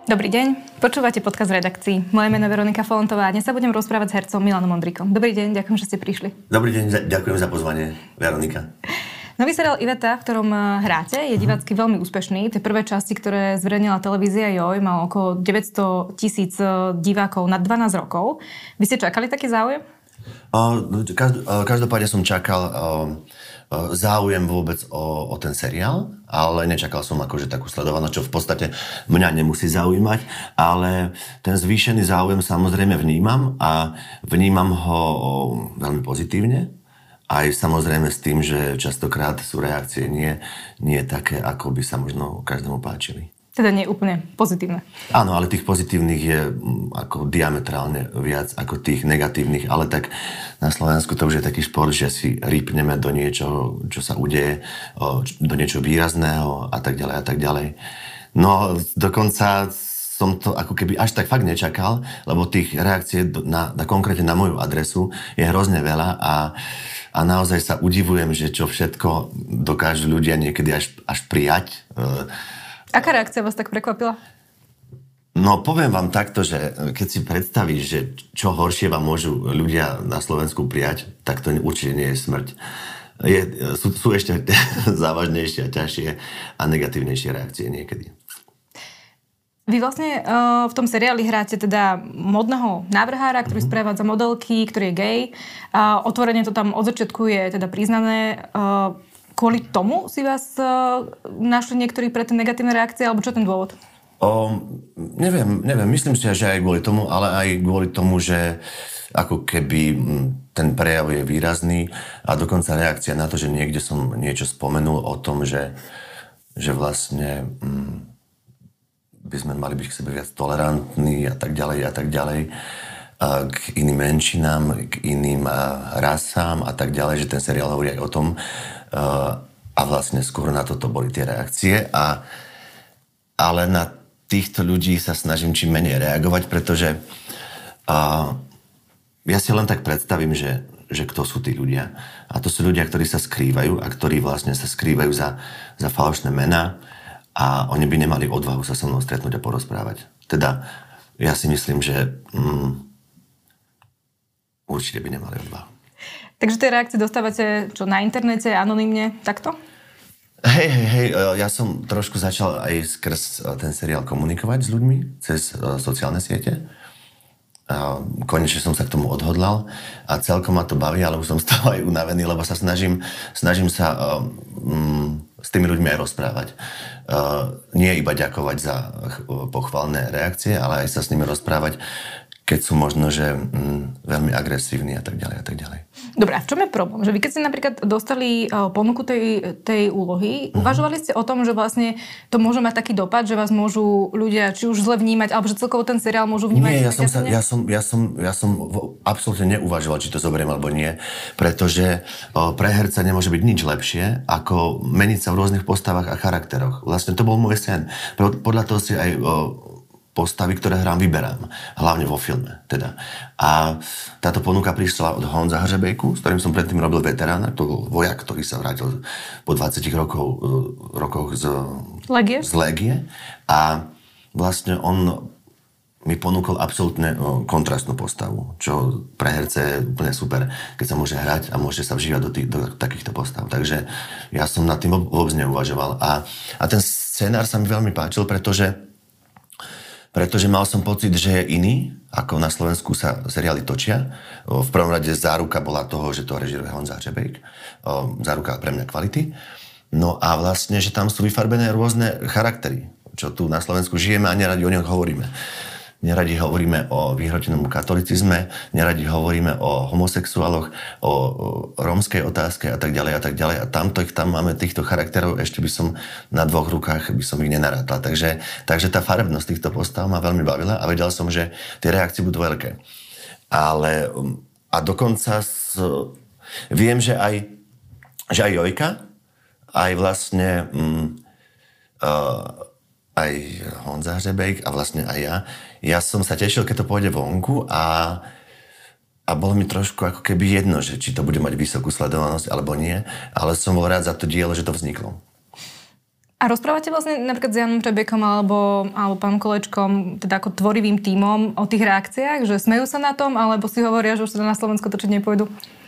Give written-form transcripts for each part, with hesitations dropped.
Dobrý deň, počúvate podcast v redakcii. Moje meno je Veronika Folentová a dnes sa budem rozprávať s hercom Milanom Ondríkom. Dobrý deň, ďakujem, že ste prišli. Dobrý deň, ďakujem za pozvanie, Veronika. Nový seriál Iveta, v ktorom hráte, je divácky veľmi úspešný. Tie prvé časti, ktoré zverejnila televízia JOJ, mal okolo 900,000 divákov nad 12 rokov. Vy ste čakali taký záujem? Každopádne som čakal záujem vôbec o ten seriál, ale nečakal som akože takú sledovanosť, čo v podstate mňa nemusí zaujímať, ale ten zvýšený záujem samozrejme vnímam a vnímam ho veľmi pozitívne. Aj samozrejme s tým, že častokrát sú reakcie nie také, ako by sa možno každému páčili. Teda nie úplne pozitívne. Áno, ale tých pozitívnych je ako diametrálne viac ako tých negatívnych, ale tak na Slovensku to už je taký šport, že si rýpneme do niečoho, čo sa udeje, do niečo výrazného a tak ďalej a tak ďalej. No dokonca som to ako keby až tak fakt nečakal, lebo tých reakcií konkrétne na moju adresu je hrozne veľa a naozaj sa udivujem, že čo všetko dokážu ľudia niekedy až prijať. Aká reakcia vás tak prekvapila? No, poviem vám takto, že keď si predstavíš, že čo horšie vám môžu ľudia na Slovensku prijať, tak to určite nie je smrť. Sú ešte závažnejšie a ťažšie a negatívnejšie reakcie niekedy. Vy vlastne v tom seriáli hráte teda modného návrhára, ktorý sprevádza modelky, ktorý je gay. Otvorene to tam od začiatku je teda priznané. Kvôli tomu si vás našli niektorí pre tie negatívne reakcie, alebo čo ten dôvod? Neviem. Myslím si, že aj kvôli tomu, ale aj kvôli tomu, že ako keby ten prejav je výrazný a dokonca reakcia na to, že niekde som niečo spomenul o tom, že vlastne by sme mali byť k sebe viac tolerantní a tak ďalej, k iným menšinám, k iným rasám a tak ďalej, že ten seriál hovorí aj o tom. A vlastne skôr na toto boli tie reakcie. Ale na týchto ľudí sa snažím čím menej reagovať, pretože ja si len tak predstavím, že kto sú tí ľudia. A to sú ľudia, ktorí sa skrývajú a ktorí vlastne sa skrývajú za falošné mená a oni by nemali odvahu sa so mnou stretnúť a porozprávať. Teda ja si myslím, že určite by nemali odvahu. Takže tie reakcie dostávate čo na internete, anonymne, takto? Hej, ja som trošku začal aj skrz ten seriál komunikovať s ľuďmi cez sociálne siete. Konečne som sa k tomu odhodlal a celkom ma to baví, ale už som z toho aj unavený, lebo sa snažím sa s tými ľuďmi aj rozprávať. Nie iba ďakovať za pochválne reakcie, ale aj sa s nimi rozprávať, keď sú možno, že veľmi agresívni a tak ďalej. Dobre, a v čom je problém? Že vy keď ste napríklad dostali ponuku tej úlohy, uvažovali ste o tom, že vlastne to môže mať taký dopad, že vás môžu ľudia či už zle vnímať, alebo že celkovo ten seriál môžu vnímať? Nie, ja som absolútne neuvažoval, či to zoberiem alebo nie, pretože pre herca nemôže byť nič lepšie, ako meniť sa v rôznych postavách a charakteroch. Vlastne to bol môj sen. Podľa toho si aj postavy, ktoré hrám, vyberám. Hlavne vo filme, teda. A táto ponuka prišla od Honza Hřebejku, s ktorým som predtým robil veterána. To bol vojak, ktorý sa vrátil po 20 rokoch z Legie. A vlastne on mi ponúkol absolútne kontrastnú postavu, čo pre herce je úplne super, keď sa môže hrať a môže sa vžívať do takýchto postav. Takže ja som nad tým vôbec neuvažoval. A ten scenár sa mi veľmi páčil, pretože mal som pocit, že je iný, ako na Slovensku sa seriály točia. V prvom rade záruka bola toho, že to režiruje Honza Hřebejk. Záruka pre mňa kvality. No a vlastne, že tam sú vyfarbené rôzne charaktery, čo tu na Slovensku žijeme a neradi o nich hovoríme. Neradi hovoríme o vyhrotenom katolicizme, neradi hovoríme o homosexuáloch, o rómskej otázke a tak ďalej. A tam máme týchto charakterov, ešte by som na 2 rukách by som ich nenarátal. Takže tá farebnosť týchto postav ma veľmi bavila a vedel som, že tie reakcie budú veľké. A dokonca viem, že aj Jojka, aj vlastne aj Honza Hřebejk a vlastne aj ja som sa tešil, keď to pôjde vonku a bolo mi trošku ako keby jedno, že či to bude mať vysokú sledovanosť alebo nie, ale som bol rád za to dielo, že to vzniklo. A rozprávate vlastne napríklad s Janom Rebekom alebo pánom Kolečkom, teda ako tvorivým tímom o tých reakciách, že smejú sa na tom, alebo si hovoria, že už teda na Slovensko točiť nepôjdu?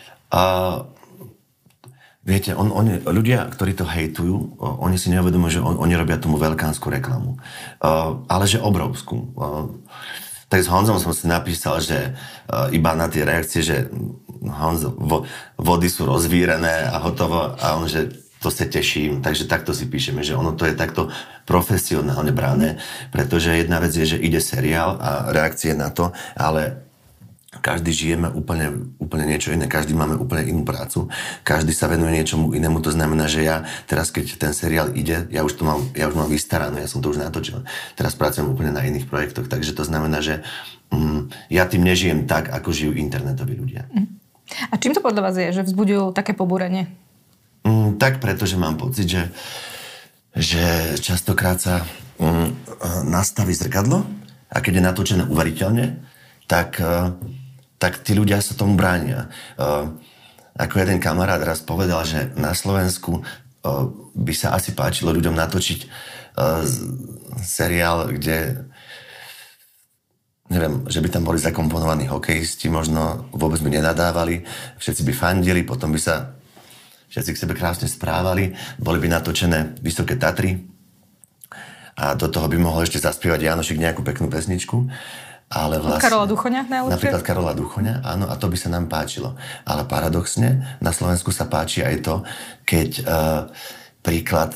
Viete, ľudia, ktorí to hejtujú, oni si neuvedomujú, že oni robia tomu veľkánsku reklamu. Ale že obrovskú. Tak s Honzom som si napísal, že iba na tie reakcie, že Honzo, vody sú rozvírené a hotovo. A on, že to sa teším, takže takto si píšeme, že ono to je takto profesionálne brané, pretože jedna vec je, že ide seriál a reakcie na to, ale každý žijeme úplne niečo iné, každý máme úplne inú prácu, každý sa venuje niečomu inému, to znamená, že ja teraz, keď ten seriál ide, ja už mám vystarané, ja som to už natočil, teraz pracujem úplne na iných projektoch, takže to znamená, že ja tým nežijem tak, ako žijú internetoví ľudia. A čím to podľa vás je, že vzbudil také pobúrenie? Tak pretože mám pocit, že častokrát sa nastaví zrkadlo a keď je natočené uveriteľne, tak tí ľudia sa tomu bránia. Ako jeden kamarát raz povedal, že na Slovensku by sa asi páčilo ľuďom natočiť seriál, kde neviem, že by tam boli zakomponovaní hokejisti, možno vôbec by nenadávali, všetci by fandili, potom by sa všetci k sebe krásne správali, boli by natočené Vysoké Tatry a do toho by mohol ešte zaspievať Jánošik nejakú peknú pesničku. Ale vlastne, Karola Duchoňa najlepšie? Napríklad Karola Duchoňa, áno, a to by sa nám páčilo. Ale paradoxne, na Slovensku sa páči aj to, keď príklad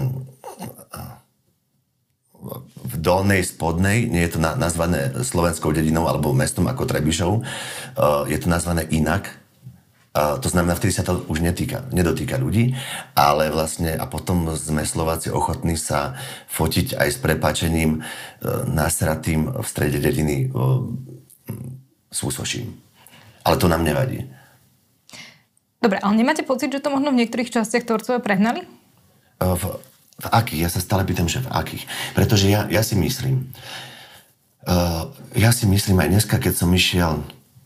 v Dolnej Spodnej, nie je to nazvané slovenskou dedinou alebo mestom ako Trebišov, je to nazvané inak. To znamená, vtedy sa to už nedotýka ľudí, ale vlastne a potom sme Slováci ochotní sa fotiť aj s prepáčením nasratým v strede dediny súsoším. Ale to nám nevadí. Dobre, ale nemáte pocit, že to možno v niektorých častiach tvorcovia prehnali? V akých? Ja sa stále pýtam, že v akých. Pretože ja si myslím, aj dneska, keď som išiel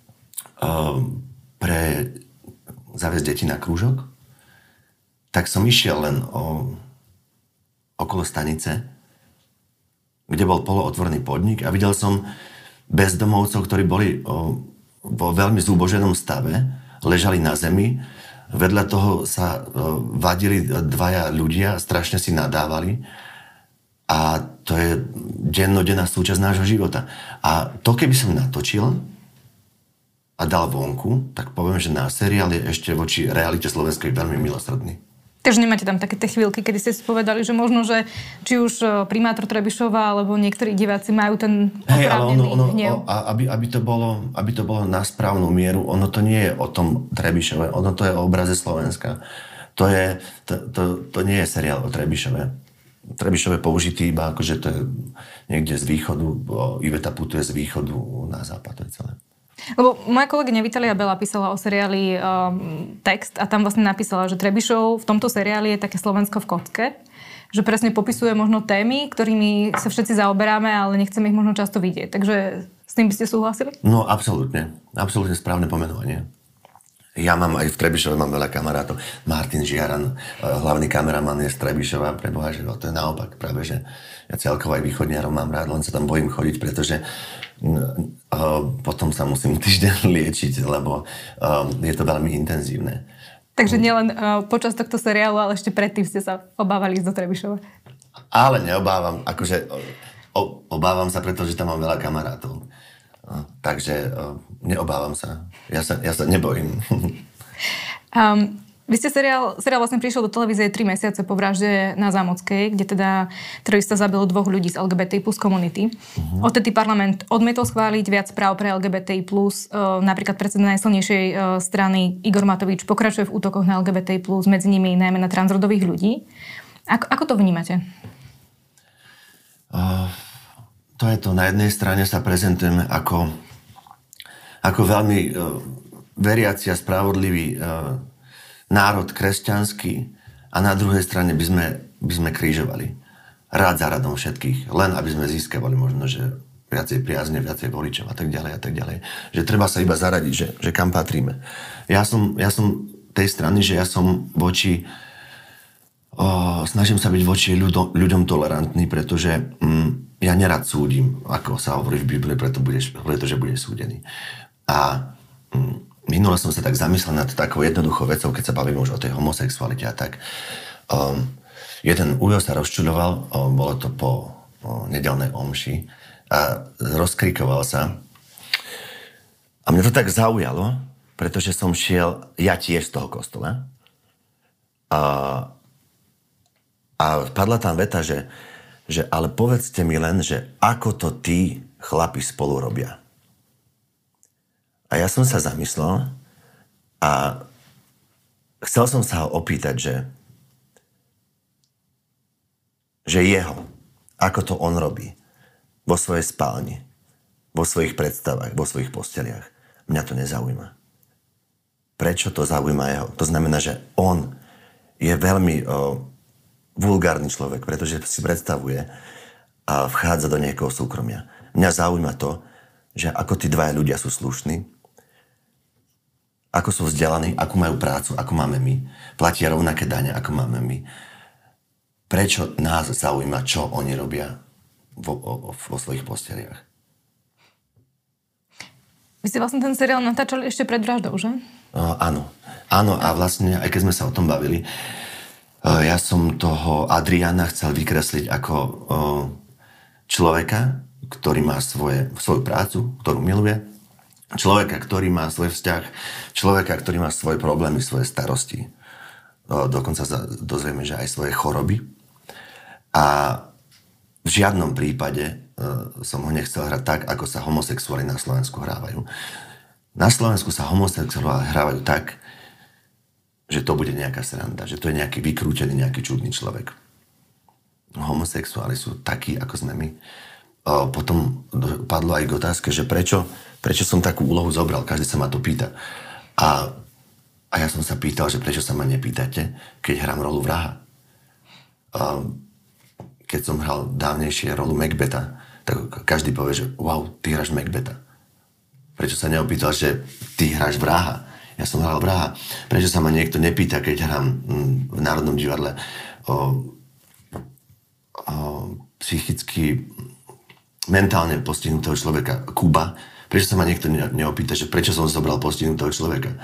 zaviesť deti na krúžok, tak som išiel len okolo stanice, kde bol polootvorený podnik a videl som bezdomovcov, ktorí boli vo veľmi zúboženom stave, ležali na zemi, vedľa toho sa vadili dvaja ľudia, strašne si nadávali a to je dennodenná súčasť nášho života. A to, keby som natočil a dal vonku, tak poviem, že náš seriál je ešte voči realite slovenskej veľmi milosrdný. Takže nemáte tam také tie chvíľky, kedy ste si povedali, že možno, že či už primátor Trebišova alebo niektorí diváci majú ten oprávnený hnev. Aby to bolo na správnu mieru, ono to nie je o tom Trebišove, ono to je o obraze Slovenska. To nie je seriál o Trebišove. Trebišove je použitý iba akože to je niekde z východu, Iveta putuje z východu na západ, to je celé. Lebo moja kolegyňa Vitalia Bela písala o seriáli text a tam vlastne napísala, že Trebišov v tomto seriáli je také Slovensko v kocke, že presne popisuje možno témy, ktorými sa všetci zaoberáme, ale nechceme ich možno často vidieť. Takže s tým by ste súhlasili? No, absolútne. Absolútne správne pomenovanie. Ja mám aj v Trebišove mám veľa kamarátov. Martin Žiaran, hlavný kameraman je z Trebišova, preboha, že to je naopak práve, že ja celkovo aj východniarov mám rád, len sa tam bojím chodiť, pretože potom sa musím týždeň liečiť, lebo je to veľmi intenzívne. Takže nielen počas tohto seriálu, ale ešte predtým ste sa obávali ísť do Trebišova. Ale neobávam, akože obávam sa, pretože tam mám veľa kamarátov. Takže neobávam sa. Ja sa nebojím. Vy ste seriál vlastne prišiel do televízie 3 mesiace po vražde na Zámockej, kde teda terorista zabil 2 ľudí z LGBTI plus komunity. Odtedy parlament odmietol schváliť viac práv pre LGBTI plus. Napríklad predseda najsilnejšej strany Igor Matovič pokračuje v útokoch na LGBTI plus, medzi nimi najmä na transrodových ľudí. Ako to vnímate? To je to. Na jednej strane sa prezentujeme ako veľmi veriaci a spravodlivý národ kresťanský a na druhej strane by sme krížovali. Rád za radom všetkých, len aby sme získavali možno, že viacej priazne, viacej voličov a tak ďalej a tak ďalej. Že treba sa iba zaradiť, že kam patríme. Ja som tej strany, že ja som voči Snažím sa byť voči ľuďom tolerantný, pretože ja nerad súdim, ako sa hovorí v Biblii, pretože budeš súdený. A minule som sa tak zamyslel nad takou jednoduchou vecou, keď sa bavíme už o tej homosexualite a tak. Jeden ujo sa rozčuľoval, bolo to po nedeľnej omši a rozkrikoval sa. A mňa to tak zaujalo, pretože som šiel ja tiež z toho kostola. A padla tam veta, že ale povedzte mi len, že ako to tí chlapi spolu robia. A ja som sa zamyslel a chcel som sa ho opýtať, že jeho, ako to on robí vo svojej spálni, vo svojich predstavách, vo svojich posteliach. Mňa to nezaujíma. Prečo to zaujíma jeho? To znamená, že on je veľmi vulgárny človek, pretože si predstavuje a vchádza do nejakého súkromia. Mňa zaujíma to, že ako tí dvaja ľudia sú slušní, ako sú vzdelaní, akú majú prácu, ako máme my. Platia rovnaké dane, ako máme my. Prečo nás zaujíma, čo oni robia vo svojich posteliach? Vy ste vlastne ten seriál natáčali ešte pred vraždou, že? Áno. Áno, a vlastne, aj keď sme sa o tom bavili, ja som toho Adriana chcel vykresliť ako človeka, ktorý má svoju prácu, ktorú miluje, človeka, ktorý má svoj vzťah, človeka, ktorý má svoje problémy, svoje starosti. Dokonca sa dozvieme, že aj svoje choroby. A v žiadnom prípade som ho nechcel hrať tak, ako sa homosexuáli na Slovensku hrávajú. Na Slovensku sa homosexuáli hrávajú tak, že to bude nejaká sranda, že to je nejaký vykrútený, nejaký čudný človek. Homosexuáli sú takí, ako sme my. Potom padlo aj k otázke, že prečo som takú úlohu zobral, každý sa ma to pýta. A ja som sa pýtal, že prečo sa ma nepýtate, keď hrám rolu vraha. Keď som hral dávnejšie rolu Macbetha, tak každý povie, že wow, ty hráš Macbetha. Prečo sa neopýtal, že ty hráš vraha? Ja som hral vraha. Prečo sa ma niekto nepýta, keď hrám v Národnom divadle psychicky, mentálne postihnutého človeka Kuba? Prečo sa ma niekto neopýta, že prečo som zobral postihnutého človeka?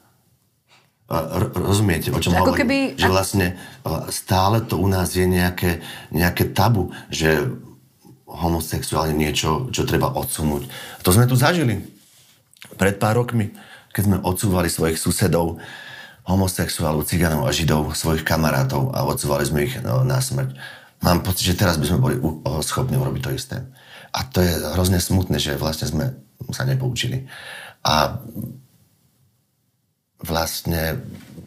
Rozumiete, o čom hovorím? Že vlastne stále to u nás je nejaké tabu, že homosexuálne niečo, čo treba odsunúť. To sme tu zažili pred pár rokmi, keď sme odsúvali svojich susedov, homosexuálov, cigánov a židov, svojich kamarátov a odsúvali sme ich na smrť. Mám pocit, že teraz by sme boli schopní urobiť to isté. A to je hrozne smutné, že vlastne sme sa nepoučili. A vlastne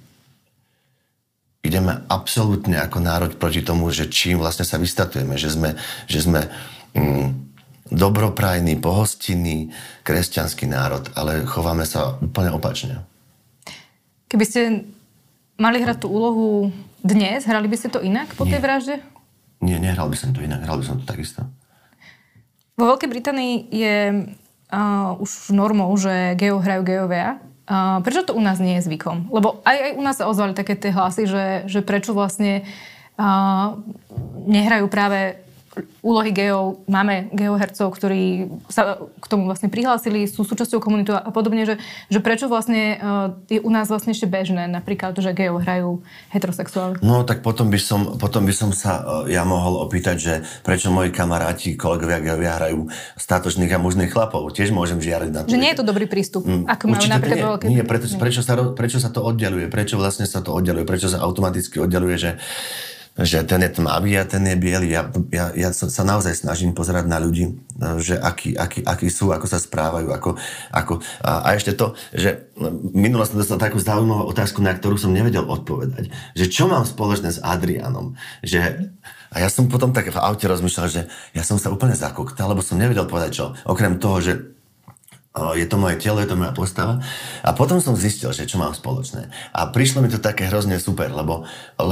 ideme absolútne ako národ proti tomu, že čím vlastne sa vystatujeme, že sme dobroprajný, pohostinný, kresťanský národ, ale chováme sa úplne opačne. Keby ste mali hrať tú úlohu dnes, hrali by ste to inak po tej vražde? Nie, nehral by som to inak, hral by som to takisto. Vo Veľkej Británii je už normou, že gejov hrajú gejovia. Prečo to u nás nie je zvykom? Lebo aj u nás sa ozvali také tie hlasy, že prečo vlastne nehrajú práve úlohy gejov. Máme gejov hercov, ktorí sa k tomu vlastne prihlásili, sú súčasťou komunitu a podobne, že prečo vlastne je u nás vlastne ešte bežné napríklad, že gejov hrajú heterosexuáli. No tak potom by som sa ja mohol opýtať, že prečo moji kamaráti, kolegovia gejovia hrajú statočných a mužných chlapov. Tiež môžem žiariť na to. Že nie je to dobrý prístup, ako majú napríklad nie, prečo sa to oddeľuje? Prečo vlastne sa to oddeľuje? Prečo sa automaticky oddeľuje, že ten je tmavý a ten je biely. Ja sa naozaj snažím pozerať na ľudí, že akí sú, ako sa správajú, a ešte to, že minulo som dostal takú zaujímavú otázku, na ktorú som nevedel odpovedať, že čo mám spoločné s Adrianom, a ja som potom tak v aute rozmýšľal, že ja som sa úplne zakoktal, lebo som nevedel povedať čo, okrem toho, že je to moje telo, je to moja postava. A potom som zistil, že čo mám spoločné. A prišlo mi to také hrozne super, lebo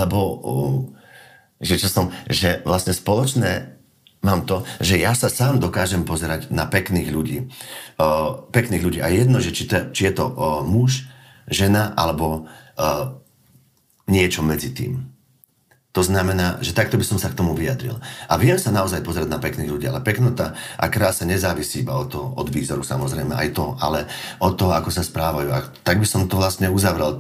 že vlastne spoločné mám to, že ja sa sám dokážem pozerať na pekných ľudí. A jedno, že či je to muž, žena alebo niečo medzi tým. To znamená, že takto by som sa k tomu vyjadril. A viem sa naozaj pozrieť na pekných ľudí, ale peknota a krása nezávisí iba od výzoru, samozrejme, aj to, ale od toho, ako sa správajú. A tak by som to vlastne uzavrel,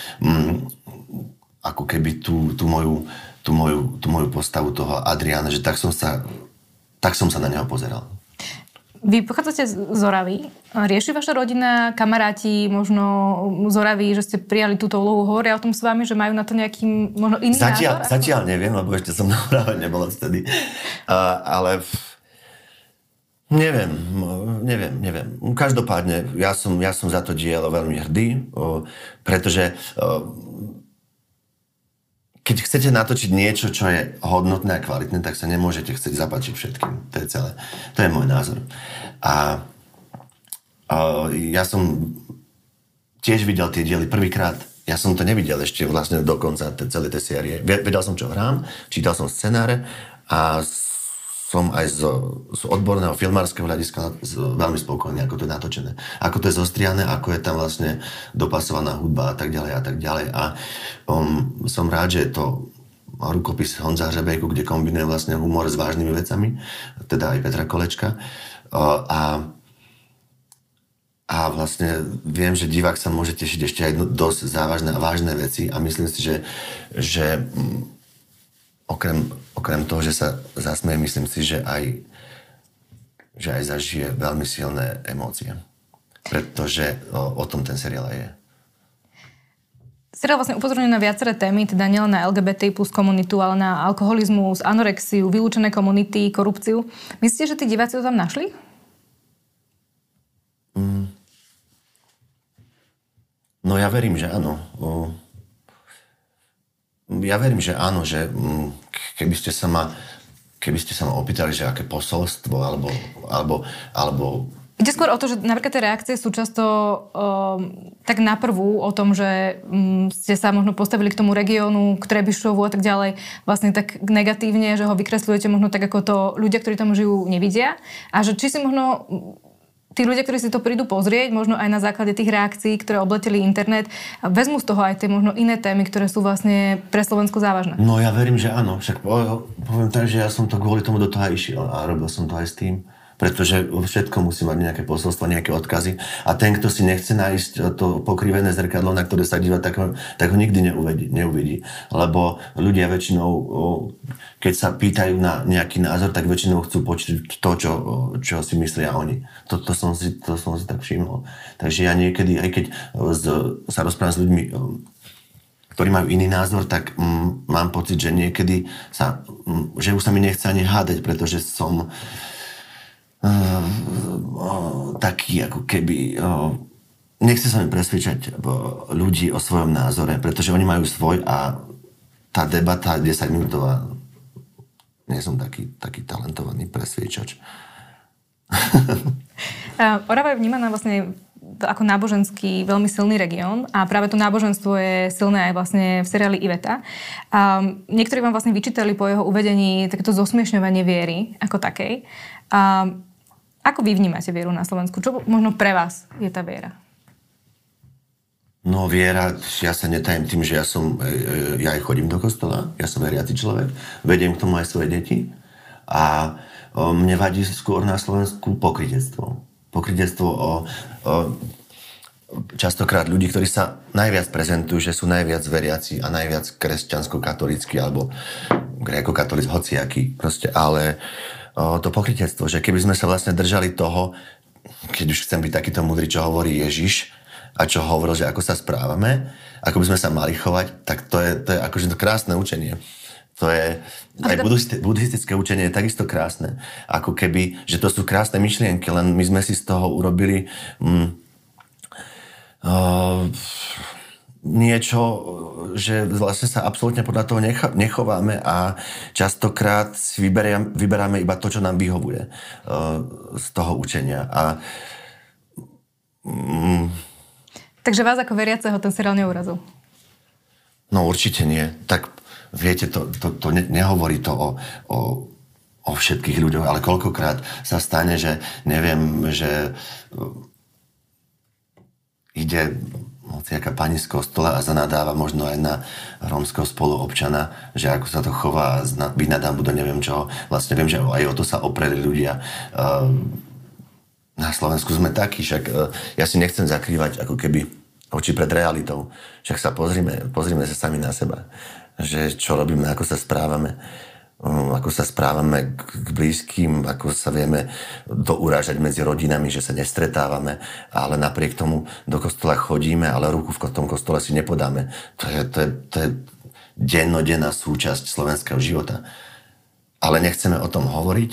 ako keby tú moju postavu toho Adriána, že tak som sa na neho pozeral. Vy pochádzate z Oravy. Rieši vaša rodina, kamaráti, možno z Oravy, že ste prijali túto úlohu? Hovoria o tom s vami, že majú na to nejaký možno iný názor? Zatiaľ neviem, lebo ešte som na Orave nebol vtedy. Ale neviem. Každopádne, ja som za to dielo veľmi hrdý, pretože keď chcete natočiť niečo, čo je hodnotné a kvalitné, tak sa nemôžete chcieť zapáčiť všetkým. To je celé. To je môj názor. A ja som tiež videl tie diely prvýkrát. Ja som to nevidel ešte vlastne do konca celej tej série. Vedel som, čo hrám, čítal som scenáre a som aj z odborného filmárskeho hľadiska veľmi spokojný, ako to je natočené. Ako to je zostriané, ako je tam vlastne dopasovaná hudba a tak ďalej a tak ďalej. A som rád, že je to rukopis Honza Hřebejku, kde kombinuje vlastne humor s vážnymi vecami, teda aj Petra Kolečka. A vlastne viem, že divák sa môže tešiť ešte aj dosť závažné a vážne veci a myslím si, že okrem toho, že sa zasmeje, myslím si, že aj zažije veľmi silné emócie. Pretože o tom ten seriál je. Seriál vlastne upozorňuje na viaceré témy, teda nielen na LGBT plus komunitu, ale na alkoholizmus, anorexiu, vylúčené komunity, korupciu. Myslíte, že tí diváci to tam našli? No ja verím, že áno. Že keby ste sa ma opýtali, že aké posolstvo, alebo ide skôr o to, že napríklad tie reakcie sú často tak na prvú o tom, že ste sa možno postavili k tomu regiónu, k Trebišovu a tak ďalej, vlastne tak negatívne, že ho vykresľujete možno tak, ako to ľudia, ktorí tam žijú, nevidia. A že či si možno tí ľudia, ktorí si to prídu pozrieť, možno aj na základe tých reakcií, ktoré obleteli internet, vezmú z toho aj tie možno iné témy, ktoré sú vlastne pre Slovensko závažné. No ja verím, že áno. Však poviem tak, že ja som to kvôli tomu do toho išiel a robil som to aj s tým. Pretože všetko musí mať nejaké posolstvo, nejaké odkazy. A ten, kto si nechce nájsť to pokrivené zrkadlo, na ktoré sa díva, tak ho nikdy neuvidí. Lebo ľudia väčšinou, keď sa pýtajú na nejaký názor, tak väčšinou chcú počuť to, čo si myslia oni. To som si tak všimol. Takže ja niekedy, aj keď sa rozprávam s ľuďmi, ktorí majú iný názor, tak mám pocit, že niekedy že už sa mi nechce ani hádať, pretože som taký ako keby nechce sa mi presvedčať ľudí o svojom názore, pretože oni majú svoj a tá debata 10-minútová, nie som taký talentovaný presviečač. Orava je vnímaná vlastne ako náboženský veľmi silný región a práve to náboženstvo je silné aj vlastne v seriáli Iveta. Niektorí vám vlastne vyčítali po jeho uvedení takéto zosmiešňovanie viery ako takej. Ako vy vnímate vieru na Slovensku? Čo možno pre vás je tá viera? No viera, ja sa netajím tým, že ja aj chodím do kostola, ja som veriaci človek, vediem k tomu aj svoje deti a mne vadí skôr na Slovensku pokrytectvo. Pokrytectvo častokrát ľudí, ktorí sa najviac prezentujú, že sú najviac veriaci a najviac kresťansko-katolícky alebo gréko-katolícky, hociaký proste, ale to pokrytectvo, že keby sme sa vlastne držali toho, keď už chcem byť takýto múdry, čo hovorí Ježiš a čo hovoril, že ako sa správame, ako by sme sa mali chovať, tak to je akože to krásne učenie. To je, aj buddhistické učenie je takisto krásne. Ako keby, že to sú krásne myšlienky, len my sme si z toho urobili niečo, že vlastne sa absolútne podľa toho nechováme a častokrát si vyberáme iba to, čo nám vyhovuje z toho učenia. Takže vás ako veriaceho ten seriál neurazil? No určite nie. Tak viete, to nehovorí to o všetkých ľuďoch, ale koľkokrát sa stane, že neviem, že ide hociaká pani z kostola a zanadáva možno aj na rómskeho spoluobčana, že ako sa to chová a vynadám do neviem čoho. Vlastne viem, že aj o to sa opreli ľudia. Na Slovensku sme takí, však ja si nechcem zakrývať ako keby oči pred realitou. Však sa pozrime sa sami na seba. Že čo robíme, ako sa správame. Ako sa správame k blízkym, ako sa vieme dourážať medzi rodinami, že sa nestretávame, ale napriek tomu do kostola chodíme, ale ruku v tom kostole si nepodáme. To je dennodenná súčasť slovenského života. Ale nechceme o tom hovoriť,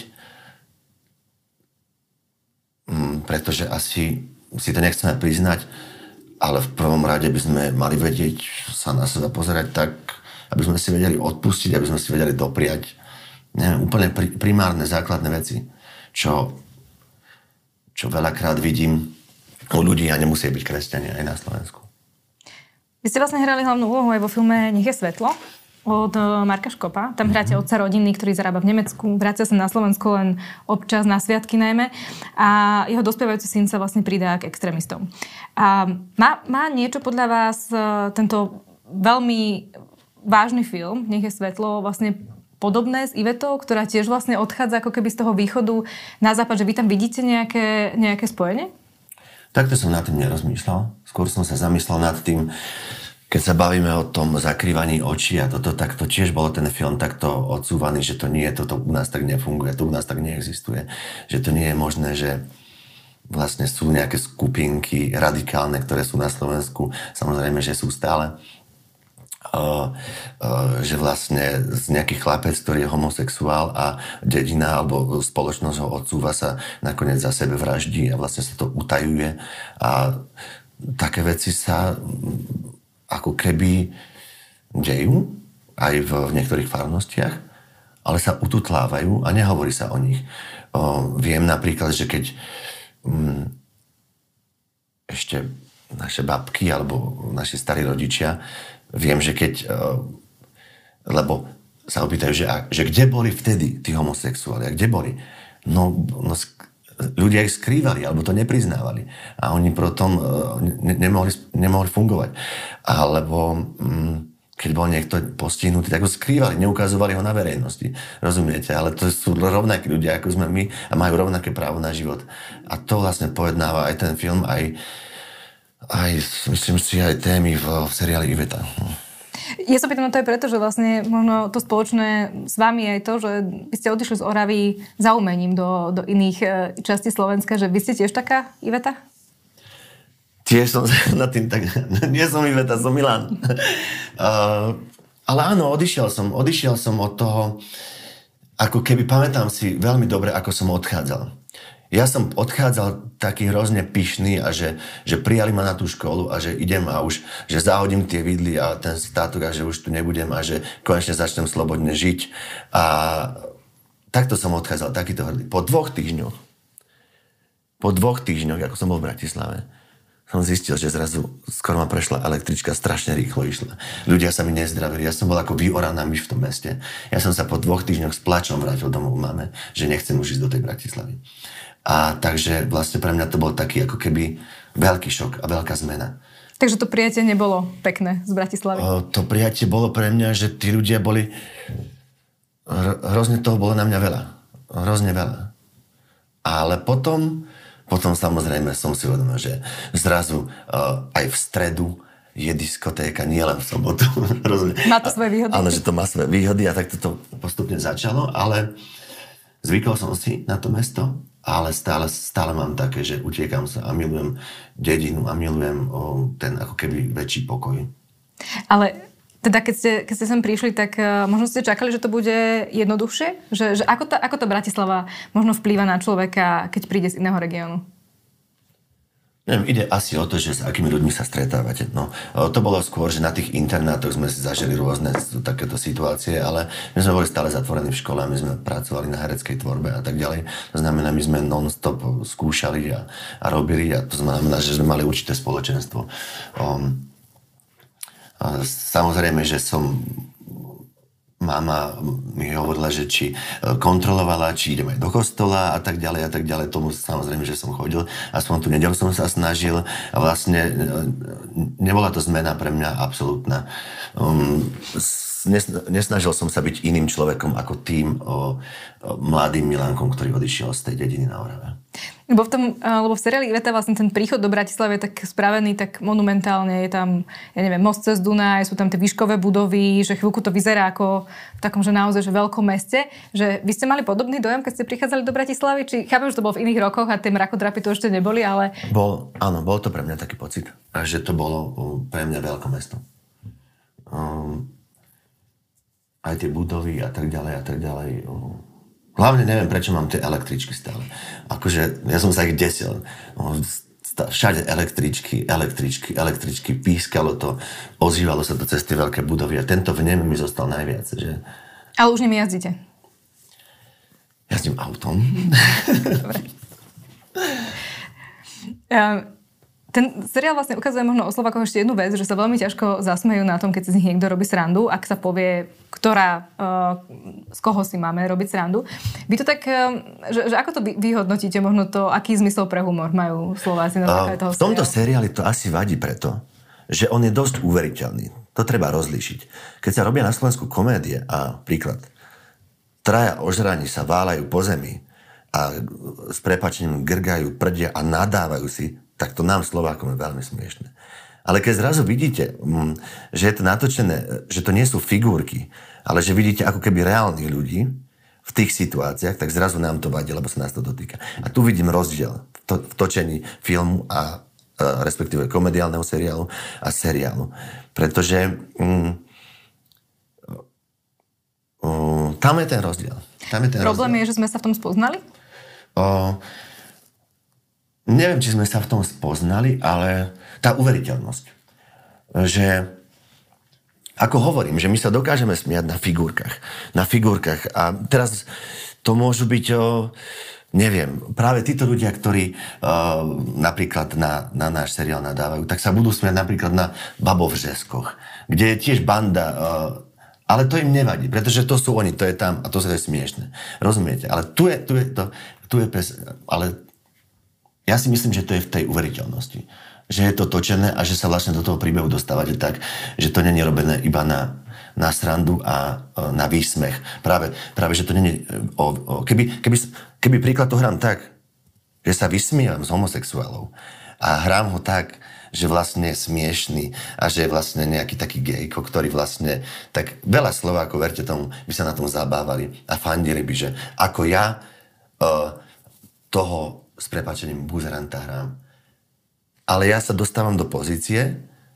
pretože asi si to nechceme priznať, ale v prvom rade by sme mali vedieť sa na seba pozerať tak, aby sme si vedeli odpustiť, aby sme si vedeli dopriať úplne primárne, základné veci, čo veľakrát vidím u ľudí a nemusia byť kresťania aj na Slovensku. Vy ste vlastne hrali hlavnú úlohu aj vo filme Nech je svetlo od Marka Škopa. Tam hráte otca rodiny, ktorý zarába v Nemecku, vracia sa na Slovensku len občas na sviatky najmä a jeho dospievajúci syn sa vlastne pridá k extrémistom. A má niečo podľa vás tento veľmi vážny film Nech je svetlo vlastne podobné s Ivetou, ktorá tiež vlastne odchádza ako keby z toho východu na západ, že vy tam vidíte nejaké spojenie? Takto som nad tým nerozmýšľal. Skôr som sa zamyslel nad tým, keď sa bavíme o tom zakrývaní očí a toto, tak to tiež bolo ten film takto odsúvaný, že to nie, toto u nás tak nefunguje, to u nás tak neexistuje. Že to nie je možné, že vlastne sú nejaké skupinky radikálne, ktoré sú na Slovensku. Samozrejme, že sú stále. Že vlastne nejaký chlapec, ktorý je homosexuál a dedina alebo spoločnosť ho odsúva, sa nakoniec za sebe vraždí a vlastne sa to utajuje a také veci sa ako keby dejú aj v niektorých farnostiach, ale sa ututlávajú a nehovorí sa o nich. Viem napríklad, že keď ešte naše babky alebo naši starí rodičia, viem, že keď, lebo sa opýtajú, že kde boli vtedy tí homosexuáli, a kde boli? No ľudia ich skrývali, alebo to nepriznávali. A oni potom nemohli fungovať. Alebo keď bol niekto postihnutý, tak ho skrývali, neukazovali ho na verejnosti. Rozumiete? Ale to sú rovnakí ľudia, ako sme my a majú rovnaké právo na život. A to vlastne pojednáva aj ten film, aj myslím si, aj témy v seriáli Iveta. Ja sa pýtam, to je preto, že vlastne možno to spoločné s vami je aj to, že vy ste odišli z Oravy za umením do iných častí Slovenska, že vy ste tiež taká Iveta? Tiež som na tým tak... Nie som Iveta, som Milan. Ale áno, odišiel som od toho, ako keby pamätám si veľmi dobre, ako som odchádzal. Ja som odchádzal taký hrozne pyšný a že prijali ma na tú školu a že idem a už, že zahodím tie vidly a ten státok a že už tu nebudem a že konečne začnem slobodne žiť. A takto som odchádzal, takýto hrdý. Po 2 týždňoch, ako som bol v Bratislave, som zistil, že zrazu skoro ma prešla električka, strašne rýchlo išla. Ľudia sa mi nezdravili, ja som bol ako vyoraná myš v tom meste. Ja som sa po 2 týždňoch s plačom vrátil domov mame, že nechcem už ísť do tej Bratislavy. A takže vlastne pre mňa to bol taký ako keby veľký šok a veľká zmena. Takže to prijatie nebolo pekné z Bratislavy? To prijatie bolo pre mňa, že tí ľudia boli... Hrozne toho bolo na mňa veľa. Hrozne veľa. Ale potom samozrejme som si uvedomil, že zrazu aj v stredu je diskotéka, nie len v sobotu. Má to svoje výhody? Áno, že to má svoje výhody a tak to postupne začalo, ale zvykol som si na to mesto. Ale stále mám také, že utiekam sa a milujem dedinu a milujem ten ako keby väčší pokoj. Ale teda keď ste sem prišli, tak možno ste čakali, že to bude jednoduchšie? Že ako to Bratislava možno vplýva na človeka, keď príde z iného regiónu? Neviem, ide asi o to, že s akými ľuďmi sa stretávate. No, to bolo skôr, že na tých internátoch sme si zažili rôzne takéto situácie, ale my sme boli stále zatvorení v škole, my sme pracovali na hereckej tvorbe a tak ďalej. To znamená, my sme non-stop skúšali a robili a to znamená, že sme mali určité spoločenstvo. Samozrejme, že som mama mi hovorila, že či kontrolovala, či idem aj do kostola a tak ďalej a tak ďalej. Tomu samozrejme, že som chodil. Aspoň tú nedeľu som sa snažil a vlastne nebola to zmena pre mňa absolútna. Nesnažil som sa byť iným človekom ako tým mladým Milánkom, ktorý odišiel z tej dediny na Orave. Lebo v seriáli Iveta vlastne ten príchod do Bratislavy je tak spravený tak monumentálne. Je tam, ja neviem, most cez Dunaj, sú tam tie výškové budovy, že chvíľku to vyzerá ako v takom, že naozaj že veľkom meste. Že vy ste mali podobný dojem, keď ste prichádzali do Bratislavy? Či chápem, že to bolo v iných rokoch a tie mrakodrapy to ešte neboli, ale... Áno, bol to pre mňa taký pocit. A že to bolo pre mňa veľké mesto. Aj tie budovy a tak ďalej a tak ďalej. Hlavne neviem, prečo mám tie električky stále. Akože, ja som sa ich desil. Všade električky, pískalo to, ozývalo sa to cez tie veľké budovy a tento vnem mi zostal najviac. Že... Ale už nimi jazdíte? Jazdím autom. Dobre. Ten seriál vlastne ukazuje možno o Slovákoch ešte jednu vec, že sa veľmi ťažko zasmejú na tom, keď si z nich niekto robí srandu, ak sa povie, z koho si máme robiť srandu. Vy to tak, že ako to vyhodnotíte, možno to, aký zmysel pre humor majú Slováci na základe toho seriálu? V tomto seriáli to asi vadí preto, že on je dosť uveriteľný. To treba rozlíšiť. Keď sa robia na Slovensku komédie a príklad, traja ožraní sa váľajú po zemi a s prepáčením grgajú, prdia a nadávajú si, tak to nám Slovákom je veľmi smiešne. Ale keď zrazu vidíte, že je to natočené, že to nie sú figurky, ale že vidíte ako keby reálnych ľudí v tých situáciách, tak zrazu nám to vadí, lebo sa nás to dotýka. A tu vidím rozdiel v točení filmu a respektíve komediálneho seriálu a seriálu. Pretože tam je ten rozdiel. Problém je, že sme sa v tom spoznali? Neviem, či sme sa v tom spoznali, ale tá uveriteľnosť, že ako hovorím, že my sa dokážeme smiať na figurkách a teraz to môžu byť neviem, práve títo ľudia, ktorí napríklad na náš seriál nadávajú, tak sa budú smiať napríklad na Babovřeskoch, kde je tiež banda, ale to im nevadí, pretože to sú oni, to je tam a to je smiešne. Rozumiete? Ale tu je ale ja si myslím, že to je v tej uveriteľnosti. Že je to točené a že sa vlastne do toho príbehu dostávate tak, že to nie je robené iba na srandu a na výsmech. Práve že to nie je... Keby príklad to hrám tak, že sa vysmievam z homosexuálov a hrám ho tak, že vlastne je smiešný a že je vlastne nejaký taký gejko, ktorý vlastne... Tak veľa Slovákov, verte tomu, by sa na tom zabávali a fandili by, že ako ja toho s prepáčením buzeranta hrám. Ale ja sa dostávam do pozície,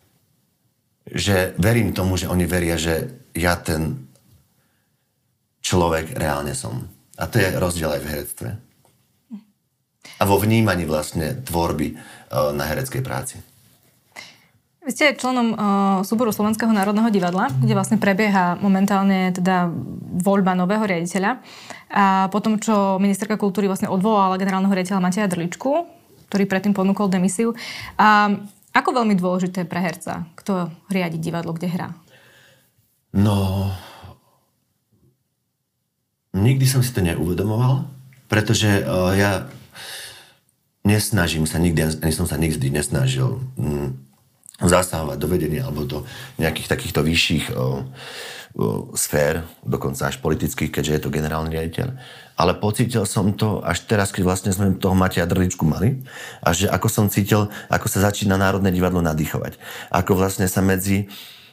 že verím tomu, že oni veria, že ja ten človek reálne som. A to je rozdiel aj v herectve. A vo vnímaní vlastne tvorby na hereckej práci. Vy ste členom súboru Slovenského národného divadla, kde vlastne prebieha momentálne teda voľba nového riaditeľa. A potom, čo ministerka kultúry vlastne odvolala generálneho riaditeľa Mateja Drličku, ktorý predtým ponúkol demisiu. A ako veľmi dôležité pre herca, kto riadi divadlo, kde hrá? No, nikdy som si to neuvedomoval, pretože ja nesnažím sa nikdy, ani som sa nikdy nesnažil zasahovať do vedenia alebo do nejakých takýchto vyšších sfér, dokonca až politických, keďže je to generálny riaditeľ. Ale pocítil som to až teraz, keď vlastne sme toho Mateja Drličku mali a že ako som cítil, ako sa začína Národné divadlo nadýchovať. Ako vlastne sa medzi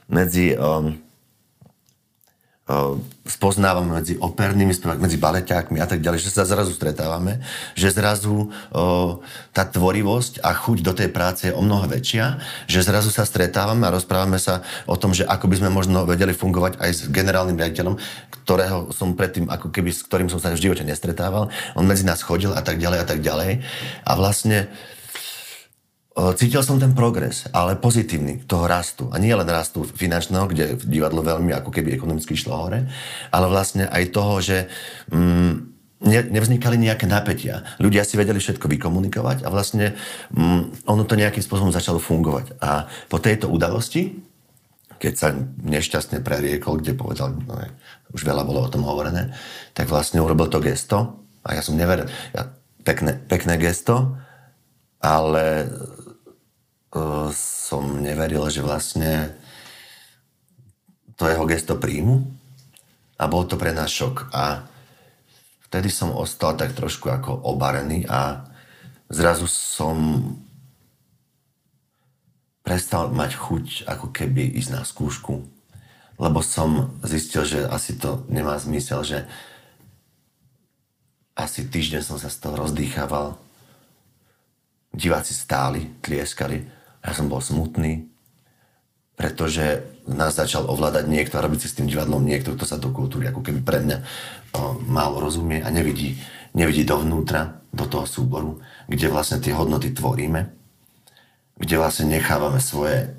spoznávame medzi opernými spevákmi, medzi baleťákmi a tak ďalej, že sa zrazu stretávame, že zrazu tá tvorivosť a chuť do tej práce je o mnoho väčšia, že zrazu sa stretávame a rozprávame sa o tom, že ako by sme možno vedeli fungovať aj s generálnym riaditeľom, ktorého som predtým, ako keby, s ktorým som sa v živote nestretával. On medzi nás chodil a tak ďalej a tak ďalej. A vlastne cítil som ten progres, ale pozitívny toho rastu. A nie len rastu finančného, kde divadlo veľmi ako keby ekonomicky šlo hore, ale vlastne aj toho, že nevznikali nejaké napätia. Ľudia si vedeli všetko vykomunikovať a vlastne ono to nejakým spôsobom začalo fungovať. A po tejto udalosti, keď sa nešťastne preriekol, kde povedal, no, už veľa bolo o tom hovorené, tak vlastne urobil to gesto a ja som neveril. Pekné gesto, ale som neveril, že vlastne to jeho gesto príjmu a bol to pre nás šok. A vtedy som ostal tak trošku ako obarený a zrazu som prestal mať chuť ako keby ísť na skúšku, lebo som zistil, že asi to nemá zmysel, že asi týždeň som sa z toho rozdýchaval. Diváci stáli, tlieskali a ja som bol smutný, pretože nás začal ovládať niekto a robiť si s tým divadlom niekto, kto sa do kultúry ako keby pre mňa málo rozumie a nevidí dovnútra, do toho súboru, kde vlastne tie hodnoty tvoríme, kde vlastne nechávame svoje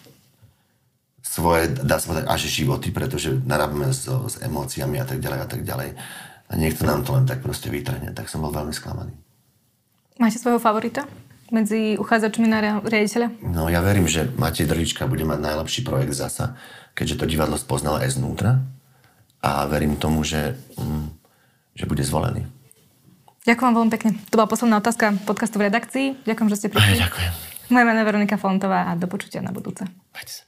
dá sa povedať, až životy, pretože narábame s emóciami a tak ďalej a tak ďalej. A niekto nám to len tak proste vytrhne. Tak som bol veľmi sklamaný. Máte svojho favorita medzi uchádzačmi na riaditeľa? No ja verím, že Matej Drlička bude mať najlepší projekt zasa, keďže to divadlo spoznal aj znútra. A verím tomu, že bude zvolený. Ďakujem vám veľmi pekne. To bola posledná otázka podcastu v redakcii. Ďakujem, že ste prišli. Ďakujem. Moje meno je Veronika Fontová a do počutia na budúce. Poď sa.